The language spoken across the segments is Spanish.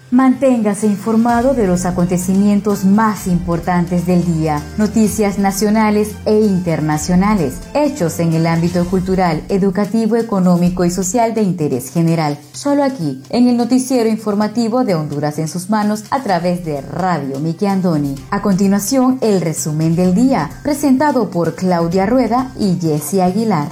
Manténgase informado de los acontecimientos más importantes del día, noticias nacionales e internacionales, hechos en el ámbito cultural, educativo, económico y social de interés general. Solo aquí, en el noticiero informativo de Honduras en sus manos a través de Radio Miki Andoni. A continuación, el resumen del día, presentado por Claudia Rueda y Jessie Aguilar.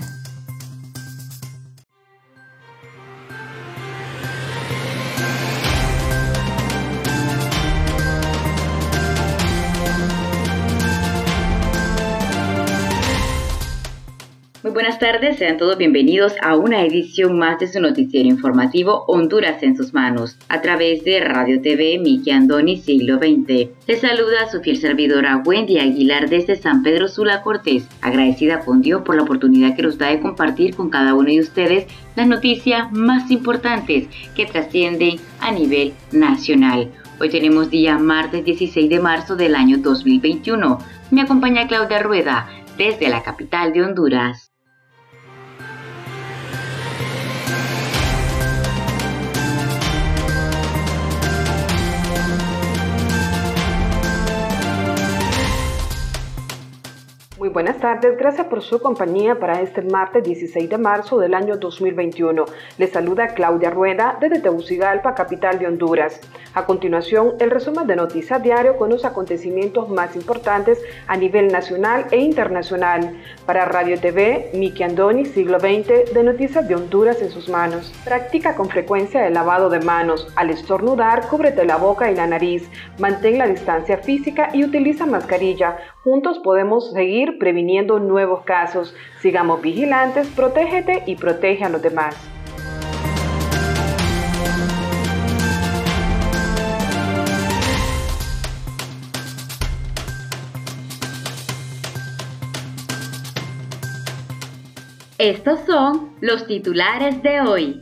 Muy buenas tardes, sean todos bienvenidos a una edición más de su noticiero informativo Honduras en sus manos, a través de Radio TV Miki Andoni Siglo XX. Les saluda a su fiel servidora Wendy Aguilar desde San Pedro Sula Cortés, agradecida con Dios por la oportunidad que nos da de compartir con cada uno de ustedes las noticias más importantes que trascienden a nivel nacional. Hoy tenemos día martes 16 de marzo del año 2021. Me acompaña Claudia Rueda desde la capital de Honduras. Muy buenas tardes, gracias por su compañía para este martes 16 de marzo del año 2021. Les saluda Claudia Rueda desde Tegucigalpa, capital de Honduras. A continuación, el resumen de Noticias Diario con los acontecimientos más importantes a nivel nacional e internacional. Para Radio TV, Miki Andoni, Siglo XX, de Noticias de Honduras en sus manos. Practica con frecuencia el lavado de manos. Al estornudar, cúbrete la boca y la nariz. Mantén la distancia física y utiliza mascarilla. Juntos podemos seguir previniendo nuevos casos. Sigamos vigilantes, protégete y protege a los demás. Estos son los titulares de hoy.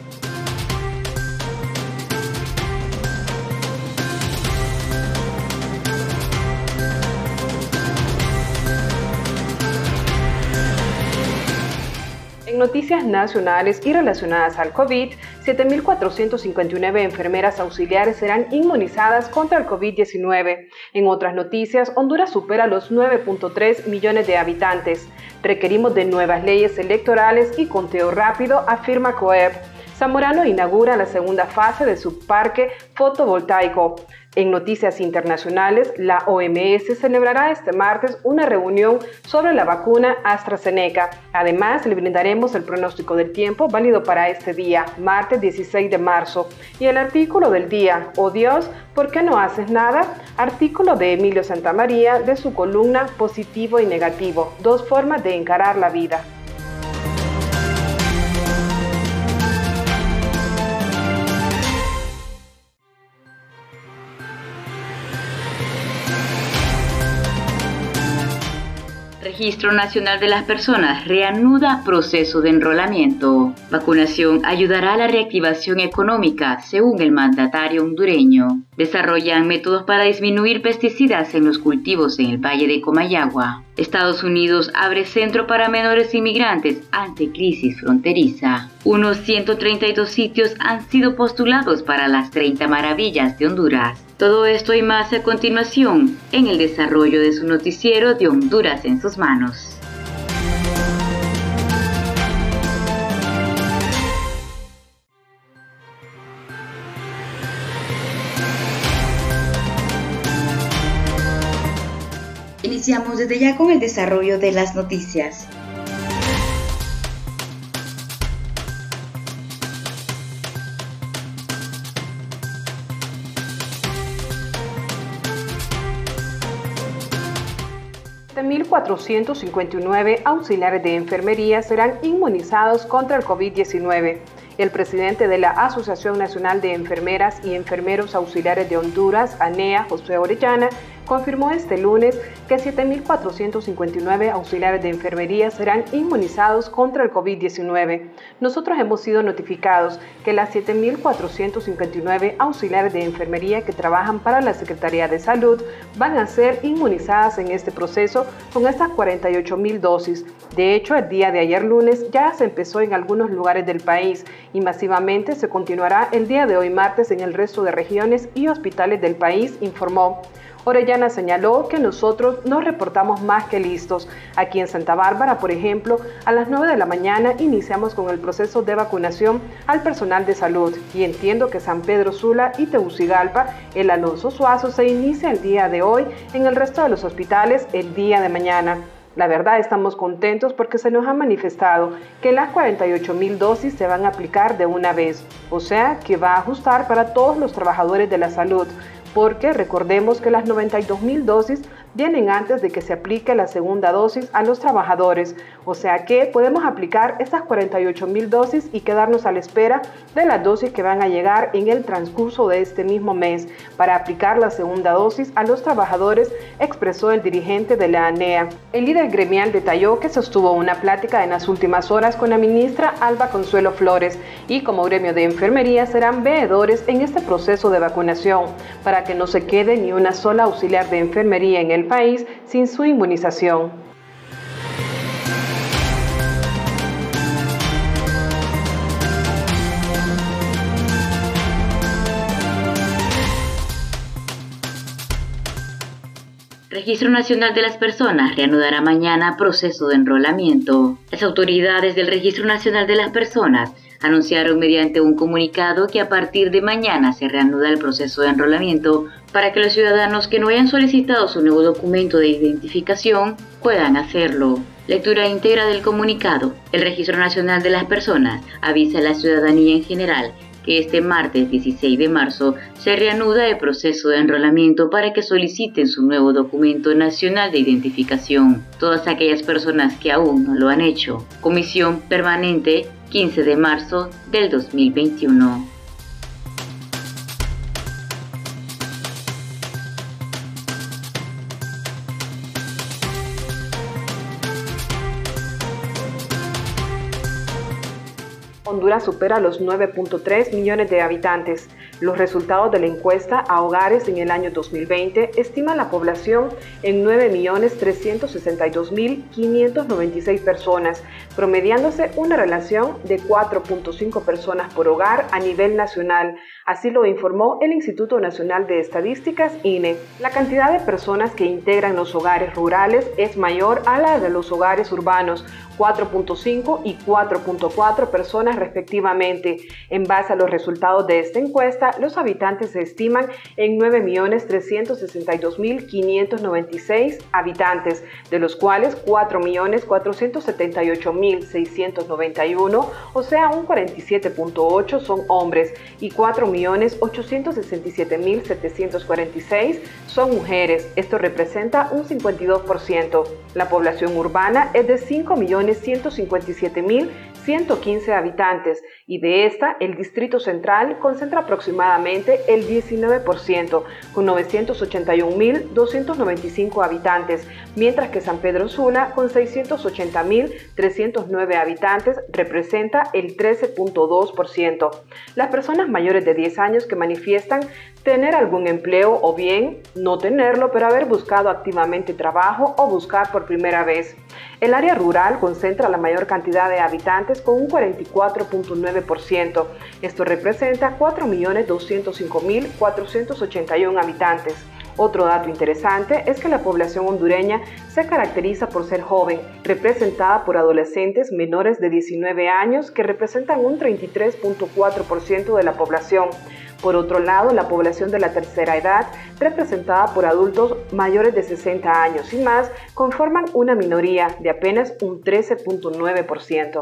En noticias nacionales y relacionadas al COVID, 7.459 enfermeras auxiliares serán inmunizadas contra el COVID-19. En otras noticias, Honduras supera los 9.3 millones de habitantes. Requerimos de nuevas leyes electorales y conteo rápido, afirma COEP. Zamorano inaugura la segunda fase de su parque fotovoltaico. En noticias internacionales, la OMS celebrará este martes una reunión sobre la vacuna AstraZeneca. Además, le brindaremos el pronóstico del tiempo válido para este día, martes 16 de marzo. Y el artículo del día, oh Dios, ¿por qué no haces nada? Artículo de Emilio Santamaría de su columna Positivo y Negativo, dos formas de encarar la vida. Registro Nacional de las Personas reanuda proceso de enrolamiento. Vacunación ayudará a la reactivación económica, según el mandatario hondureño. Desarrollan métodos para disminuir pesticidas en los cultivos en el Valle de Comayagua. Estados Unidos abre centro para menores inmigrantes ante crisis fronteriza. Unos 132 sitios han sido postulados para las 30 maravillas de Honduras. Todo esto y más a continuación en el desarrollo de su noticiero de Honduras en sus manos. Iniciamos desde ya con el desarrollo de las noticias. De 1.459 auxiliares de enfermería serán inmunizados contra el COVID-19. El presidente de la Asociación Nacional de Enfermeras y Enfermeros Auxiliares de Honduras, ANEA, José Orellana, confirmó este lunes que 7.459 auxiliares de enfermería serán inmunizados contra el COVID-19. Nosotros hemos sido notificados que las 7.459 auxiliares de enfermería que trabajan para la Secretaría de Salud van a ser inmunizadas en este proceso con estas 48.000 dosis. De hecho, el día de ayer lunes ya se empezó en algunos lugares del país y masivamente se continuará el día de hoy martes en el resto de regiones y hospitales del país, informó. Orellana señaló que nosotros nos reportamos más que listos. Aquí en Santa Bárbara, por ejemplo, a las 9 de la mañana iniciamos con el proceso de vacunación al personal de salud y entiendo que San Pedro Sula y Tegucigalpa, el Alonso Suazo, se inicia el día de hoy, en el resto de los hospitales el día de mañana. La verdad, estamos contentos porque se nos ha manifestado que las 48.000 dosis se van a aplicar de una vez, o sea que va a ajustar para todos los trabajadores de la salud, porque recordemos que las 92.000 dosis vienen antes de que se aplique la segunda dosis a los trabajadores, o sea que podemos aplicar estas 48.000 dosis y quedarnos a la espera de las dosis que van a llegar en el transcurso de este mismo mes para aplicar la segunda dosis a los trabajadores, expresó el dirigente de la ANEA. El líder gremial detalló que sostuvo una plática en las últimas horas con la ministra Alba Consuelo Flores y como gremio de enfermería serán veedores en este proceso de vacunación para que no se quede ni una sola auxiliar de enfermería en el país sin su inmunización. Registro Nacional de las Personas reanudará mañana proceso de enrolamiento. Las autoridades del Registro Nacional de las Personas anunciaron mediante un comunicado que a partir de mañana se reanuda el proceso de enrolamiento para que los ciudadanos que no hayan solicitado su nuevo documento de identificación puedan hacerlo. Lectura íntegra del comunicado. El Registro Nacional de las Personas avisa a la ciudadanía en general que este martes 16 de marzo se reanuda el proceso de enrolamiento para que soliciten su nuevo documento nacional de identificación. Todas aquellas personas que aún no lo han hecho. Comisión Permanente, 15 de marzo del 2021. Honduras supera los 9.3 millones de habitantes. Los resultados de la encuesta a hogares en el año 2020 estiman la población en 9.362.596 personas, promediándose una relación de 4.5 personas por hogar a nivel nacional. Así lo informó el Instituto Nacional de Estadísticas, INE. La cantidad de personas que integran los hogares rurales es mayor a la de los hogares urbanos, 4.5 y 4.4 personas respectivamente. En base a los resultados de esta encuesta, los habitantes se estiman en 9.362.596 habitantes, de los cuales 4.478.691, o sea un 47.8 son hombres, y 4.867.746 son mujeres. Esto representa un 52%. La población urbana es de 5.157.115 habitantes y de esta el Distrito Central concentra aproximadamente el 19% con 981.295 habitantes, mientras que San Pedro Sula con 680.309 habitantes representa el 13.2%. Las personas mayores de 10 años que manifiestan tener algún empleo o bien no tenerlo pero haber buscado activamente trabajo o buscar por primera vez. El área rural concentra la mayor cantidad de habitantes con un 44.9%. Esto representa 4.205.481 habitantes. Otro dato interesante es que la población hondureña se caracteriza por ser joven, representada por adolescentes menores de 19 años que representan un 33.4% de la población. Por otro lado, la población de la tercera edad, representada por adultos mayores de 60 años y más, conforman una minoría de apenas un 13.9%.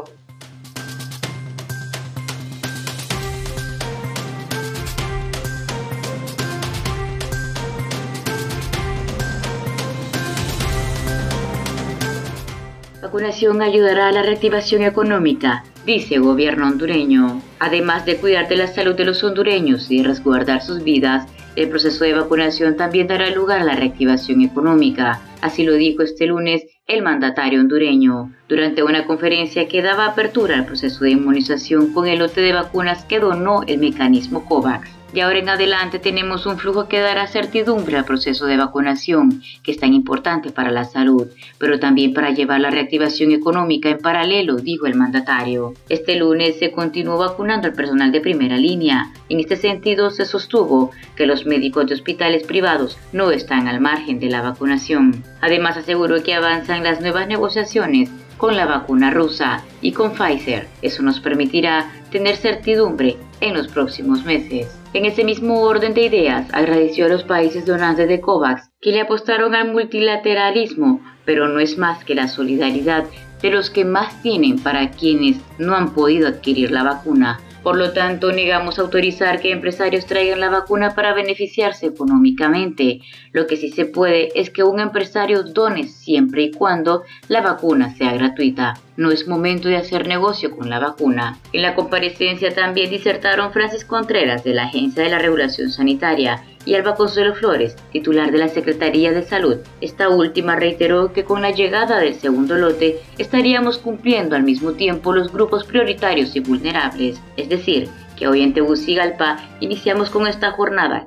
Vacunación ayudará a la reactivación económica, dice el gobierno hondureño. Además de cuidar de la salud de los hondureños y resguardar sus vidas, El proceso de vacunación también dará lugar a la reactivación económica. Así lo dijo este lunes el mandatario hondureño, durante una conferencia que daba apertura al proceso de inmunización con el lote de vacunas que donó el mecanismo COVAX. De ahora en adelante tenemos un flujo que dará certidumbre al proceso de vacunación, que es tan importante para la salud, pero también para llevar la reactivación económica en paralelo, dijo el mandatario. Este lunes se continuó vacunando al personal de primera línea. En este sentido, se sostuvo que los médicos de hospitales privados no están al margen de la vacunación. Además, aseguró que avanzan las nuevas negociaciones con la vacuna rusa y con Pfizer. Eso nos permitirá tener certidumbre en los próximos meses. En ese mismo orden de ideas, agradeció a los países donantes de COVAX que le apostaron al multilateralismo, pero no es más que la solidaridad de los que más tienen para quienes no han podido adquirir la vacuna. Por lo tanto, negamos autorizar que empresarios traigan la vacuna para beneficiarse económicamente. Lo que sí se puede es que un empresario done siempre y cuando la vacuna sea gratuita. No es momento de hacer negocio con la vacuna. En la comparecencia también disertaron Francis Contreras de la Agencia de la Regulación Sanitaria y Alba Consuelo Flores, titular de la Secretaría de Salud. Esta última reiteró que con la llegada del segundo lote estaríamos cumpliendo al mismo tiempo los grupos prioritarios y vulnerables, es decir, que hoy en Tegucigalpa iniciamos con esta jornada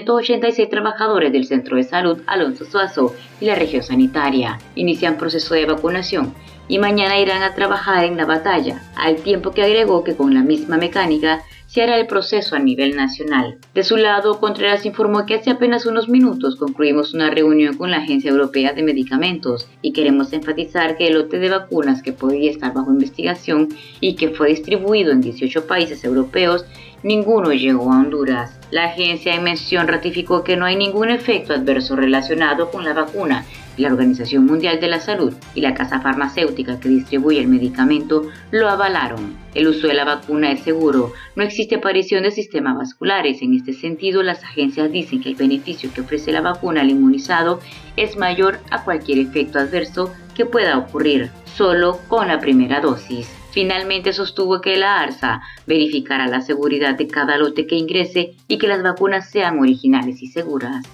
586 trabajadores del Centro de Salud Alonso Suazo y la región sanitaria. Inician proceso de vacunación y mañana irán a trabajar en la batalla, al tiempo que agregó que con la misma mecánica se hará el proceso a nivel nacional. De su lado, Contreras informó que hace apenas unos minutos concluimos una reunión con la Agencia Europea de Medicamentos y queremos enfatizar que el lote de vacunas que podía estar bajo investigación y que fue distribuido en 18 países europeos, ninguno llegó a Honduras. La agencia en mención ratificó que no hay ningún efecto adverso relacionado con la vacuna. La Organización Mundial de la Salud y la casa farmacéutica que distribuye el medicamento lo avalaron. El uso de la vacuna es seguro, no existe aparición de sistemas vasculares. En este sentido, las agencias dicen que el beneficio que ofrece la vacuna al inmunizado es mayor a cualquier efecto adverso que pueda ocurrir solo con la primera dosis. Finalmente sostuvo que la ARSA verificará la seguridad de cada lote que ingrese y que las vacunas sean originales y seguras.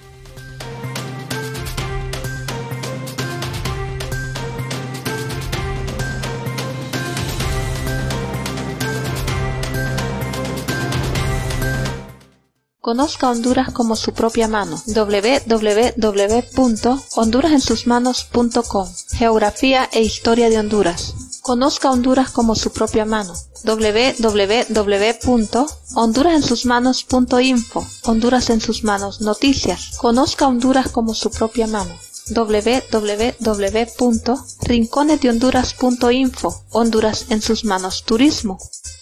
Conozca Honduras como su propia mano. www.hondurasensusmanos.com. Geografía e historia de Honduras. Conozca Honduras como su propia mano. www.hondurasensusmanos.info. Honduras en sus manos. Noticias. Conozca Honduras como su propia mano. www.rinconesdehonduras.info. Honduras en sus manos. Turismo.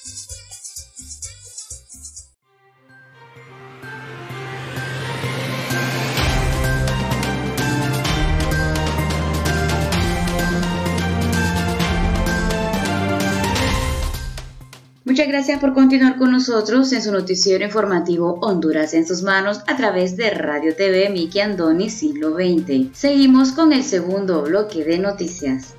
Muchas gracias por continuar con nosotros en su noticiero informativo Honduras en sus manos a través de Radio TV Miki Andoni Siglo XX. Seguimos con el segundo bloque de noticias.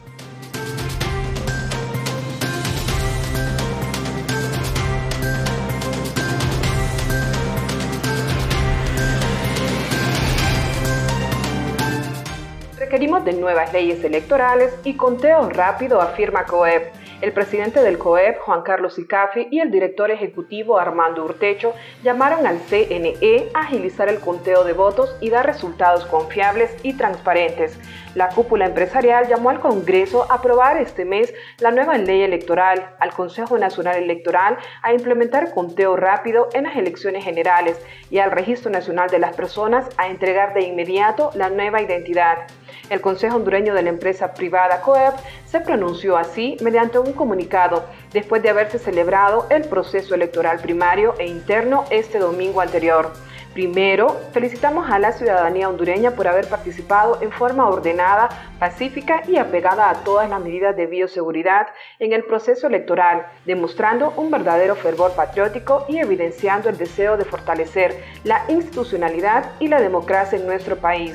Requerimos de nuevas leyes electorales y conteo rápido, afirma COEP. El presidente del COEP, Juan Carlos Icafi, y el director ejecutivo, Armando Urtecho, llamaron al CNE a agilizar el conteo de votos y dar resultados confiables y transparentes. La cúpula empresarial llamó al Congreso a aprobar este mes la nueva ley electoral, al Consejo Nacional Electoral a implementar conteo rápido en las elecciones generales y al Registro Nacional de las Personas a entregar de inmediato la nueva identidad. El Consejo Hondureño de la Empresa Privada COEP se pronunció así mediante un comunicado después de haberse celebrado el proceso electoral primario e interno este domingo anterior. Primero, felicitamos a la ciudadanía hondureña por haber participado en forma ordenada, pacífica y apegada a todas las medidas de bioseguridad en el proceso electoral, demostrando un verdadero fervor patriótico y evidenciando el deseo de fortalecer la institucionalidad y la democracia en nuestro país.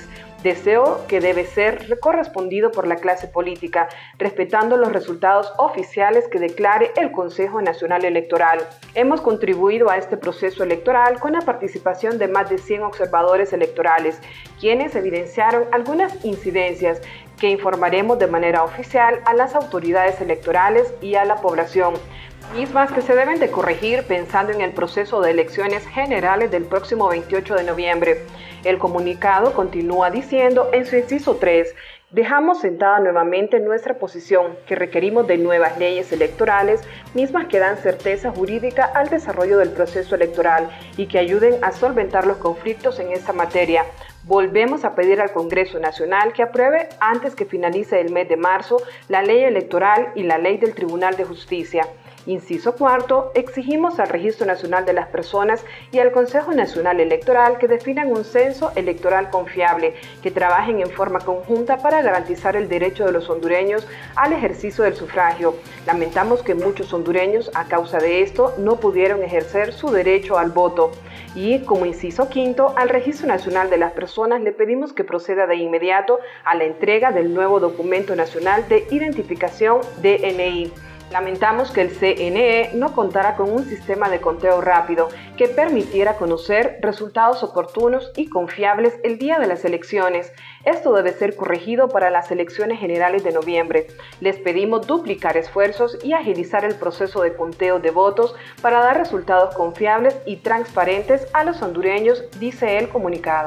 deseo que debe ser correspondido por la clase política, respetando los resultados oficiales que declare el Consejo Nacional Electoral. Hemos contribuido a este proceso electoral con la participación de más de 100 observadores electorales, quienes evidenciaron algunas incidencias que informaremos de manera oficial a las autoridades electorales y a la población, mismas que se deben de corregir pensando en el proceso de elecciones generales del próximo 28 de noviembre. El comunicado continúa diciendo en su inciso 3, dejamos sentada nuevamente nuestra posición que requerimos de nuevas leyes electorales, mismas que dan certeza jurídica al desarrollo del proceso electoral y que ayuden a solventar los conflictos en esta materia. Volvemos a pedir al Congreso Nacional que apruebe antes que finalice el mes de marzo la ley electoral y la ley del Tribunal de Justicia. Inciso 4, exigimos al Registro Nacional de las Personas y al Consejo Nacional Electoral que definan un censo electoral confiable, que trabajen en forma conjunta para garantizar el derecho de los hondureños al ejercicio del sufragio. Lamentamos que muchos hondureños, a causa de esto, no pudieron ejercer su derecho al voto. Y como inciso 5, al Registro Nacional de las Personas le pedimos que proceda de inmediato a la entrega del nuevo Documento Nacional de Identificación DNI. Lamentamos que el CNE no contara con un sistema de conteo rápido que permitiera conocer resultados oportunos y confiables el día de las elecciones. Esto debe ser corregido para las elecciones generales de noviembre. Les pedimos duplicar esfuerzos y agilizar el proceso de conteo de votos para dar resultados confiables y transparentes a los hondureños, dice el comunicado.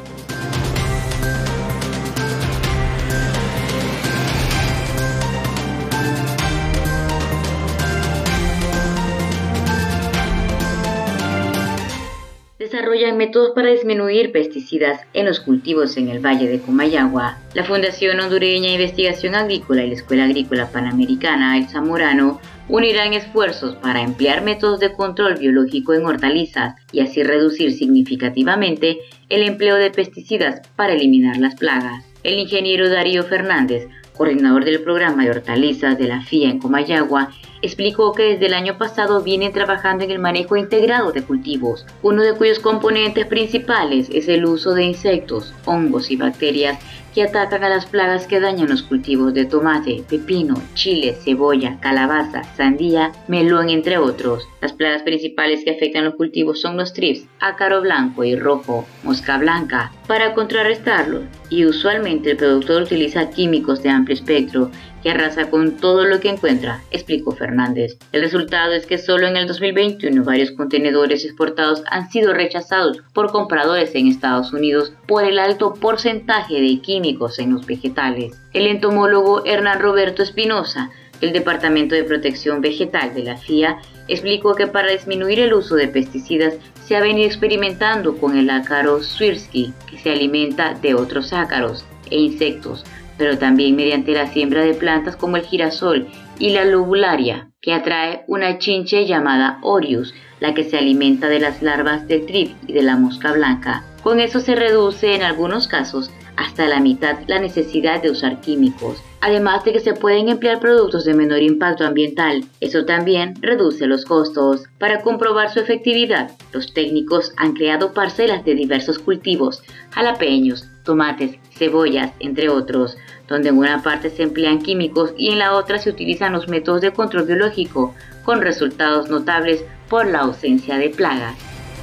Desarrollan métodos para disminuir pesticidas en los cultivos en el Valle de Comayagua. La Fundación Hondureña de Investigación Agrícola y la Escuela Agrícola Panamericana El Zamorano unirán esfuerzos para emplear métodos de control biológico en hortalizas y así reducir significativamente el empleo de pesticidas para eliminar las plagas. El ingeniero Darío Fernández, coordinador del programa de hortalizas de la FIA en Comayagua, explicó que desde el año pasado vienen trabajando en el manejo integrado de cultivos, uno de cuyos componentes principales es el uso de insectos, hongos y bacterias que atacan a las plagas que dañan los cultivos de tomate, pepino, chile, cebolla, calabaza, sandía, melón, entre otros. Las plagas principales que afectan los cultivos son los thrips, ácaro blanco y rojo, mosca blanca. Para contrarrestarlos, y usualmente el productor utiliza químicos de amplio espectro que arrasa con todo lo que encuentra, explicó Fernández. El resultado es que solo en el 2021 varios contenedores exportados han sido rechazados por compradores en Estados Unidos por el alto porcentaje de químicos en los vegetales. El entomólogo Hernán Roberto Espinosa, del Departamento de Protección Vegetal de la FIA, explicó que para disminuir el uso de pesticidas se ha venido experimentando con el ácaro Swirsky, que se alimenta de otros ácaros e insectos, pero también mediante la siembra de plantas como el girasol y la lobularia, que atrae una chinche llamada Orius, la que se alimenta de las larvas del thrip y de la mosca blanca. Con eso se reduce en algunos casos hasta la mitad la necesidad de usar químicos, además de que se pueden emplear productos de menor impacto ambiental. Eso también reduce los costos. Para comprobar su efectividad, los técnicos han creado parcelas de diversos cultivos, jalapeños, tomates, cebollas, entre otros, donde en una parte se emplean químicos y en la otra se utilizan los métodos de control biológico, con resultados notables por la ausencia de plagas.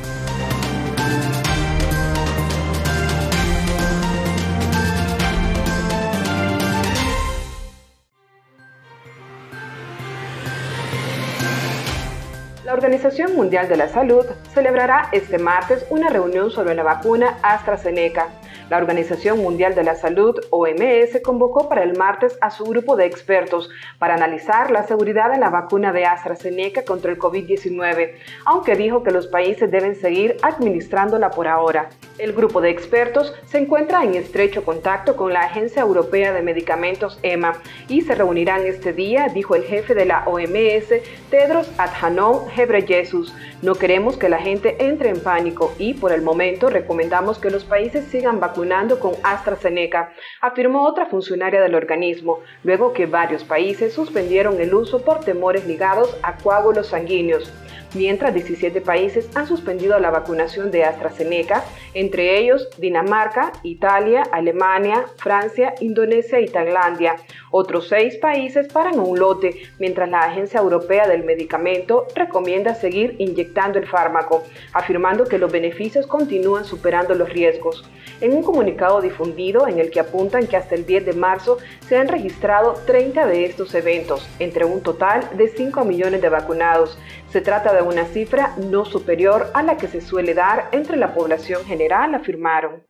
La Organización Mundial de la Salud celebrará este martes una reunión sobre la vacuna AstraZeneca. La Organización Mundial de la Salud, OMS, convocó para el martes a su grupo de expertos para analizar la seguridad de la vacuna de AstraZeneca contra el COVID-19, aunque dijo que los países deben seguir administrándola por ahora. El grupo de expertos se encuentra en estrecho contacto con la Agencia Europea de Medicamentos EMA y se reunirán este día, dijo el jefe de la OMS, Tedros Adhanom Ghebreyesus. No queremos que la gente entre en pánico y, por el momento, recomendamos que los países sigan vacunando con AstraZeneca, afirmó otra funcionaria del organismo, luego que varios países suspendieron el uso por temores ligados a coágulos sanguíneos. mientras 17 países han suspendido la vacunación de AstraZeneca, entre ellos Dinamarca, Italia, Alemania, Francia, Indonesia y Tailandia. Otros 6 países paran un lote, mientras la Agencia Europea del Medicamento recomienda seguir inyectando el fármaco, afirmando que los beneficios continúan superando los riesgos. En un comunicado difundido en el que apuntan que hasta el 10 de marzo se han registrado 30 de estos eventos, entre un total de 5 millones de vacunados. Se trata de una cifra no superior a la que se suele dar entre la población general, afirmaron.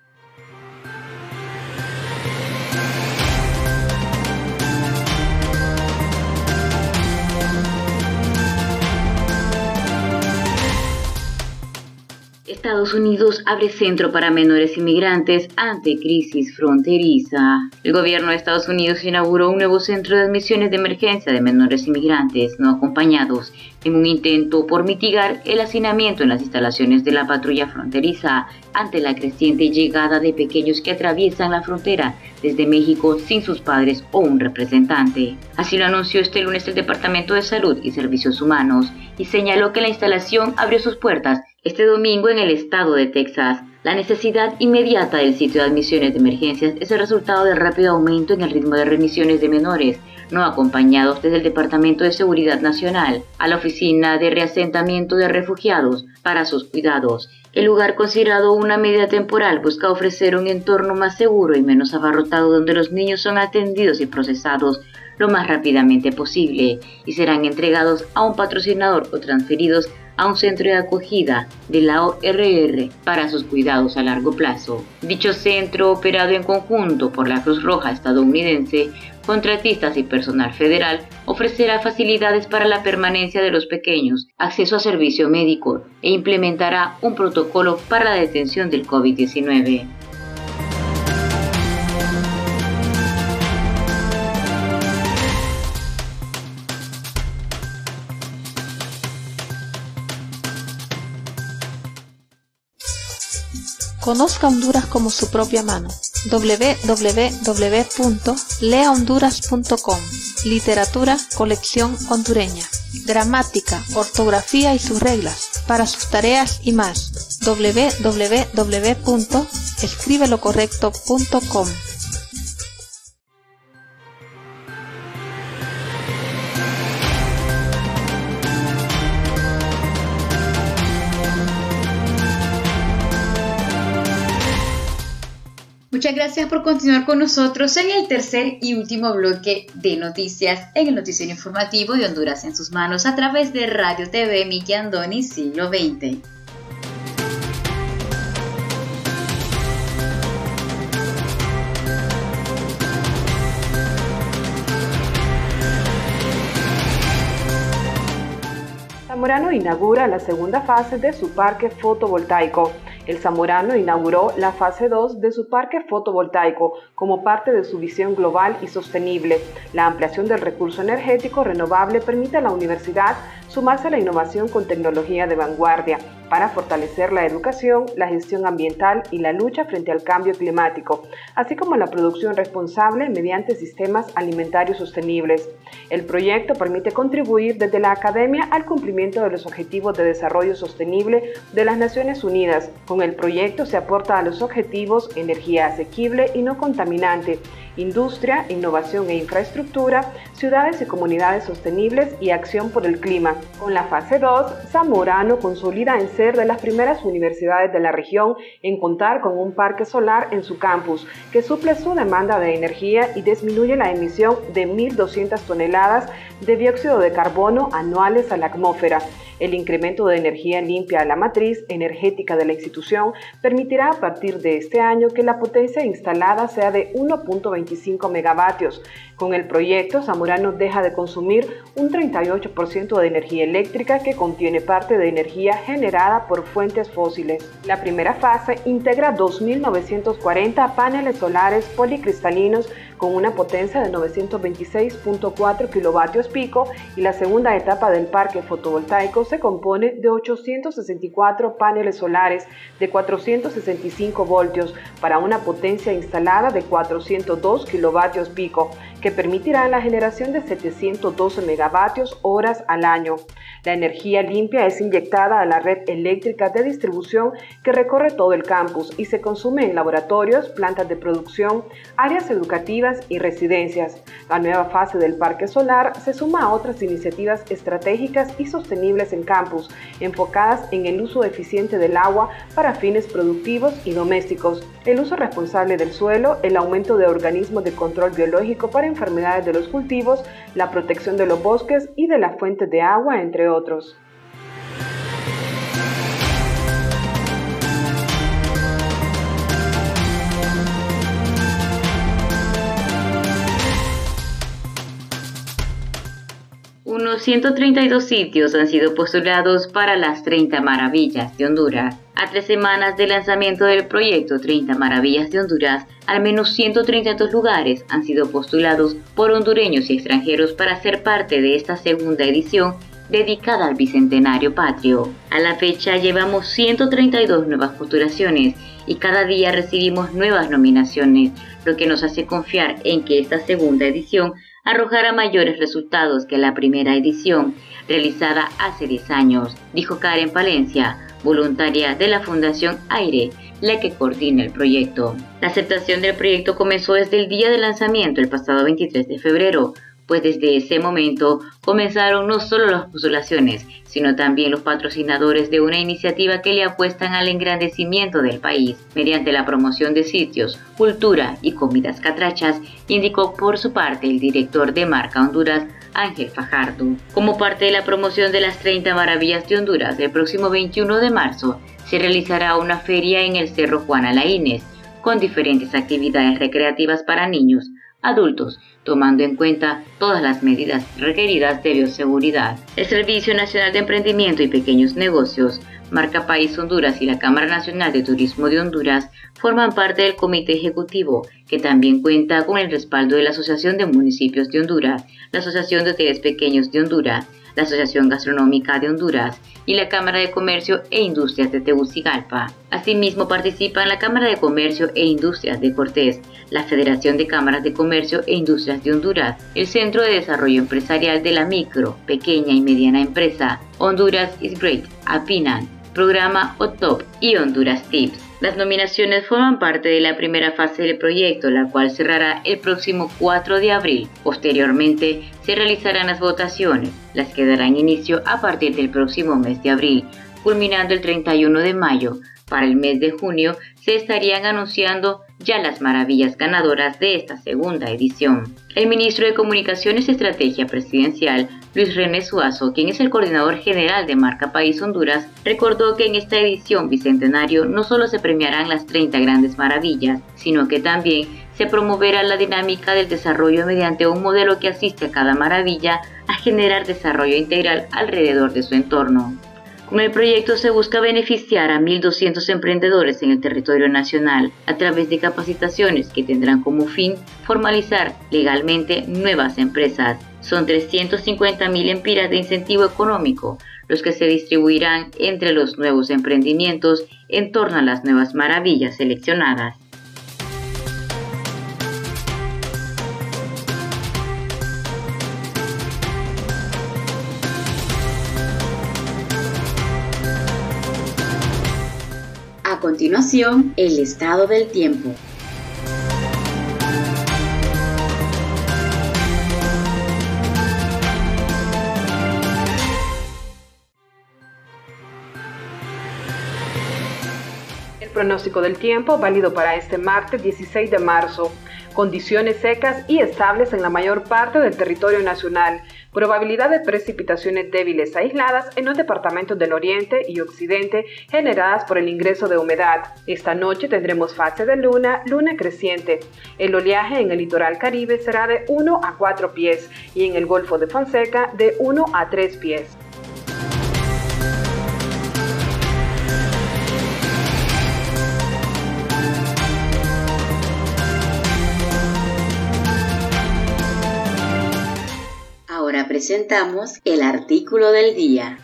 Estados Unidos abre centro para menores inmigrantes ante crisis fronteriza. El gobierno de Estados Unidos inauguró un nuevo centro de admisiones de emergencia de menores inmigrantes no acompañados en un intento por mitigar el hacinamiento en las instalaciones de la patrulla fronteriza ante la creciente llegada de pequeños que atraviesan la frontera desde México sin sus padres o un representante. Así lo anunció este lunes el Departamento de Salud y Servicios Humanos y señaló que la instalación abrió sus puertas este domingo en el estado de Texas. La necesidad inmediata del sitio de admisiones de emergencias es el resultado del rápido aumento en el ritmo de remisiones de menores no acompañados desde el Departamento de Seguridad Nacional a la Oficina de Reasentamiento de Refugiados para sus cuidados. El lugar, considerado una medida temporal, busca ofrecer un entorno más seguro y menos abarrotado donde los niños son atendidos y procesados lo más rápidamente posible y serán entregados a un patrocinador o transferidos a un centro de acogida de la ORR para sus cuidados a largo plazo. Dicho centro, operado en conjunto por la Cruz Roja estadounidense, contratistas y personal federal, ofrecerá facilidades para la permanencia de los pequeños, acceso a servicio médico e implementará un protocolo para la detención del COVID-19. Conozca Honduras como su propia mano. www.leahonduras.com. Literatura, colección hondureña. Gramática, ortografía y sus reglas. Para sus tareas y más. www.escribelocorrecto.com. Muchas gracias por continuar con nosotros en el tercer y último bloque de noticias en el noticiero informativo de Honduras en sus manos a través de Radio TV Miki Andoni Siglo XX. Zamorano inaugura la segunda fase de su parque fotovoltaico. El Zamorano inauguró la fase 2 de su parque fotovoltaico como parte de su visión global y sostenible. La ampliación del recurso energético renovable permite a la universidad sumarse a la innovación con tecnología de vanguardia para fortalecer la educación, la gestión ambiental y la lucha frente al cambio climático, así como la producción responsable mediante sistemas alimentarios sostenibles. El proyecto permite contribuir desde la academia al cumplimiento de los Objetivos de Desarrollo Sostenible de las Naciones Unidas. Con el proyecto se aporta a los objetivos energía asequible y no contaminante, industria, innovación e infraestructura, ciudades y comunidades sostenibles y acción por el clima. Con la fase 2, Zamorano consolida en ser de las primeras universidades de la región en contar con un parque solar en su campus, que suple su demanda de energía y disminuye la emisión de 1.200 toneladas de dióxido de carbono anuales a la atmósfera. El incremento de energía limpia a la matriz energética de la institución permitirá a partir de este año que la potencia instalada sea de 1.25 megavatios. Con el proyecto, Zamorano deja de consumir un 38% de energía eléctrica que contiene parte de energía generada por fuentes fósiles. La primera fase integra 2.940 paneles solares policristalinos con una potencia de 926.4 kilovatios pico, y la segunda etapa del parque fotovoltaico se compone de 864 paneles solares de 465 voltios para una potencia instalada de 402 kilovatios pico, que permitirá la generación de 712 megavatios horas al año. La energía limpia es inyectada a la red eléctrica de distribución que recorre todo el campus y se consume en laboratorios, plantas de producción, áreas educativas y residencias. La nueva fase del parque solar se suma a otras iniciativas estratégicas y sostenibles en campus, enfocadas en el uso eficiente del agua para fines productivos y domésticos, el uso responsable del suelo, el aumento de organismos de control biológico para enfermedades de los cultivos, la protección de los bosques y de las fuentes de agua, entre otros. Unos 132 sitios han sido postulados para las 30 Maravillas de Honduras. A 3 semanas del lanzamiento del proyecto 30 Maravillas de Honduras, al menos 132 lugares han sido postulados por hondureños y extranjeros para ser parte de esta segunda edición dedicada al Bicentenario Patrio. A la fecha llevamos 132 nuevas postulaciones y cada día recibimos nuevas nominaciones, lo que nos hace confiar en que esta segunda edición arrojará mayores resultados que la primera edición, realizada hace 10 años, dijo Karen Palencia, voluntaria de la Fundación Aire, la que coordina el proyecto. La aceptación del proyecto comenzó desde el día de lanzamiento, el pasado 23 de febrero, pues desde ese momento comenzaron no solo las postulaciones, sino también los patrocinadores de una iniciativa que le apuestan al engrandecimiento del país mediante la promoción de sitios, cultura y comidas catrachas, indicó por su parte el director de Marca Honduras, Ángel Fajardo. Como parte de la promoción de las 30 Maravillas de Honduras, el próximo 21 de marzo se realizará una feria en el Cerro Juana Laínez, con diferentes actividades recreativas para niños, adultos, tomando en cuenta todas las medidas requeridas de bioseguridad. El Servicio Nacional de Emprendimiento y Pequeños Negocios, Marca País Honduras y la Cámara Nacional de Turismo de Honduras forman parte del Comité Ejecutivo, que también cuenta con el respaldo de la Asociación de Municipios de Honduras, la Asociación de Hoteles Pequeños de Honduras, la Asociación Gastronómica de Honduras y la Cámara de Comercio e Industrias de Tegucigalpa. Asimismo participan la Cámara de Comercio e Industrias de Cortés, la Federación de Cámaras de Comercio e Industrias de Honduras, el Centro de Desarrollo Empresarial de la Micro, Pequeña y Mediana Empresa, Honduras is Great, APINAN, Programa OTOP y Honduras Tips. Las nominaciones forman parte de la primera fase del proyecto, la cual cerrará el próximo 4 de abril. Posteriormente, se realizarán las votaciones, las que darán inicio a partir del próximo mes de abril, culminando el 31 de mayo. Para el mes de junio se estarían anunciando ya las maravillas ganadoras de esta segunda edición. El ministro de Comunicaciones y Estrategia Presidencial, Luis René Suazo, quien es el coordinador general de Marca País Honduras, recordó que en esta edición bicentenario no solo se premiarán las 30 grandes maravillas, sino que también se promoverá la dinámica del desarrollo mediante un modelo que asiste a cada maravilla a generar desarrollo integral alrededor de su entorno. Con el proyecto se busca beneficiar a 1.200 emprendedores en el territorio nacional a través de capacitaciones que tendrán como fin formalizar legalmente nuevas empresas. Son 350.000 empiras de incentivo económico los que se distribuirán entre los nuevos emprendimientos en torno a las nuevas maravillas seleccionadas. A continuación, el estado del tiempo. El pronóstico del tiempo válido para este martes 16 de marzo. Condiciones secas y estables en la mayor parte del territorio nacional. Probabilidad de precipitaciones débiles aisladas en los departamentos del oriente y occidente generadas por el ingreso de humedad. Esta noche tendremos fase de luna creciente. El oleaje en el litoral caribe será de 1 a 4 pies y en el Golfo de Fonseca de 1 a 3 pies. presentamos el artículo del día.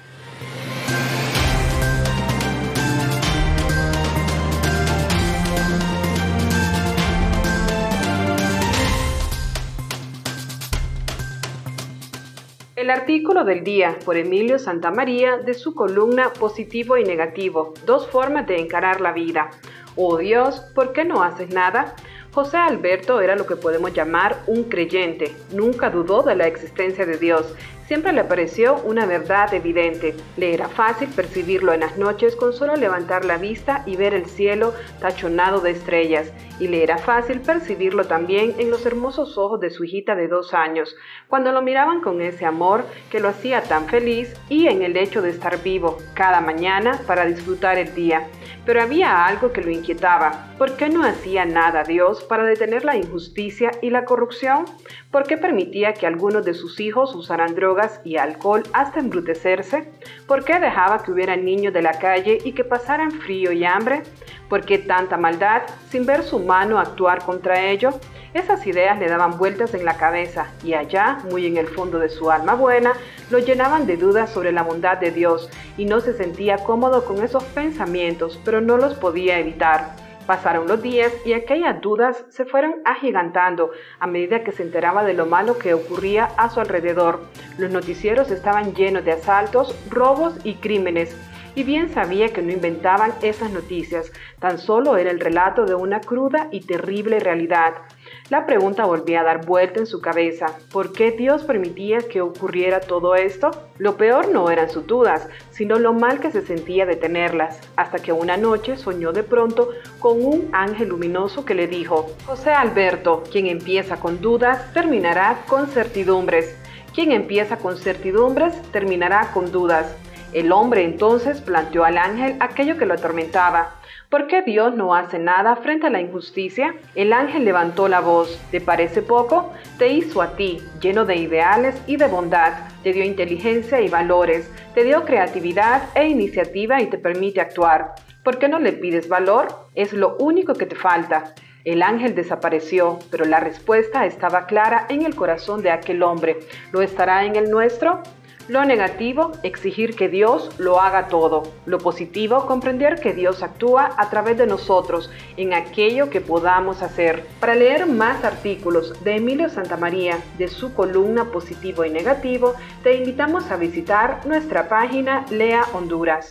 El artículo del día por Emilio Santamaría de su columna Positivo y Negativo, dos formas de encarar la vida. Oh Dios, ¿por qué no haces nada? José Alberto era lo que podemos llamar un creyente, nunca dudó de la existencia de Dios, siempre le pareció una verdad evidente. Le era fácil percibirlo en las noches con solo levantar la vista y ver el cielo tachonado de estrellas, y le era fácil percibirlo también en los hermosos ojos de su hijita de 2 años, cuando lo miraban con ese amor que lo hacía tan feliz, y en el hecho de estar vivo cada mañana para disfrutar el día. Pero había algo que lo inquietaba. ¿Por qué no hacía nada Dios para detener la injusticia y la corrupción? ¿Por qué permitía que algunos de sus hijos usaran drogas y alcohol hasta embrutecerse? ¿Por qué dejaba que hubiera niños de la calle y que pasaran frío y hambre? ¿Por qué tanta maldad sin ver su mano actuar contra ello? Esas ideas le daban vueltas en la cabeza y allá, muy en el fondo de su alma buena, lo llenaban de dudas sobre la bondad de Dios y no se sentía cómodo con esos pensamientos, pero no los podía evitar. Pasaron los días y aquellas dudas se fueron agigantando a medida que se enteraba de lo malo que ocurría a su alrededor. Los noticieros estaban llenos de asaltos, robos y crímenes. Y bien sabía que no inventaban esas noticias, tan solo era el relato de una cruda y terrible realidad. La pregunta volvía a dar vuelta en su cabeza. ¿Por qué Dios permitía que ocurriera todo esto? Lo peor no eran sus dudas, sino lo mal que se sentía de tenerlas, hasta que una noche soñó de pronto con un ángel luminoso que le dijo: José Alberto, quien empieza con dudas, terminará con certidumbres. Quien empieza con certidumbres, terminará con dudas. El hombre entonces planteó al ángel aquello que lo atormentaba. ¿Por qué Dios no hace nada frente a la injusticia? El ángel levantó la voz. ¿Te parece poco? Te hizo a ti, lleno de ideales y de bondad. Te dio inteligencia y valores. Te dio creatividad e iniciativa y te permite actuar. ¿Por qué no le pides valor? Es lo único que te falta. El ángel desapareció, pero la respuesta estaba clara en el corazón de aquel hombre. ¿Lo estará en el nuestro? Lo negativo, exigir que Dios lo haga todo. Lo positivo, comprender que Dios actúa a través de nosotros en aquello que podamos hacer. Para leer más artículos de Emilio Santamaría de su columna Positivo y Negativo, te invitamos a visitar nuestra página Lea Honduras.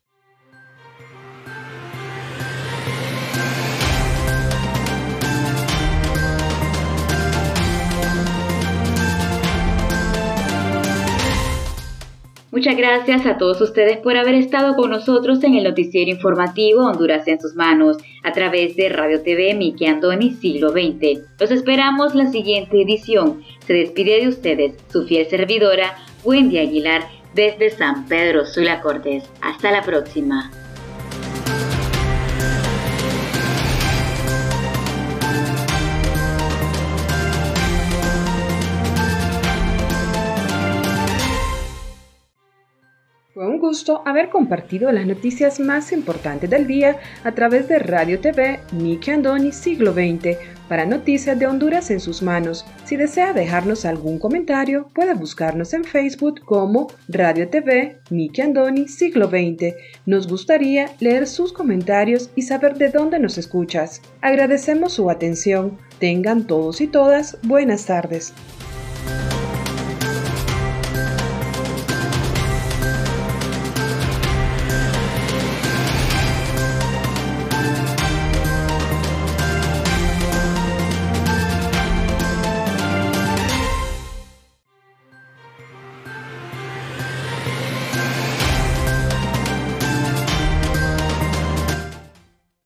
Muchas gracias a todos ustedes por haber estado con nosotros en el noticiero informativo Honduras en sus manos, a través de Radio TV Miki Andoni Siglo XX. Los esperamos la siguiente edición. Se despide de ustedes su fiel servidora, Wendy Aguilar, desde San Pedro Sula Cortés. Hasta la próxima. Fue un gusto haber compartido las noticias más importantes del día a través de Radio TV Miki Andoni Siglo XX para Noticias de Honduras en sus manos. Si desea dejarnos algún comentario, puede buscarnos en Facebook como Radio TV Miki Andoni Siglo XX. Nos gustaría leer sus comentarios y saber de dónde nos escuchas. Agradecemos su atención. Tengan todos y todas buenas tardes.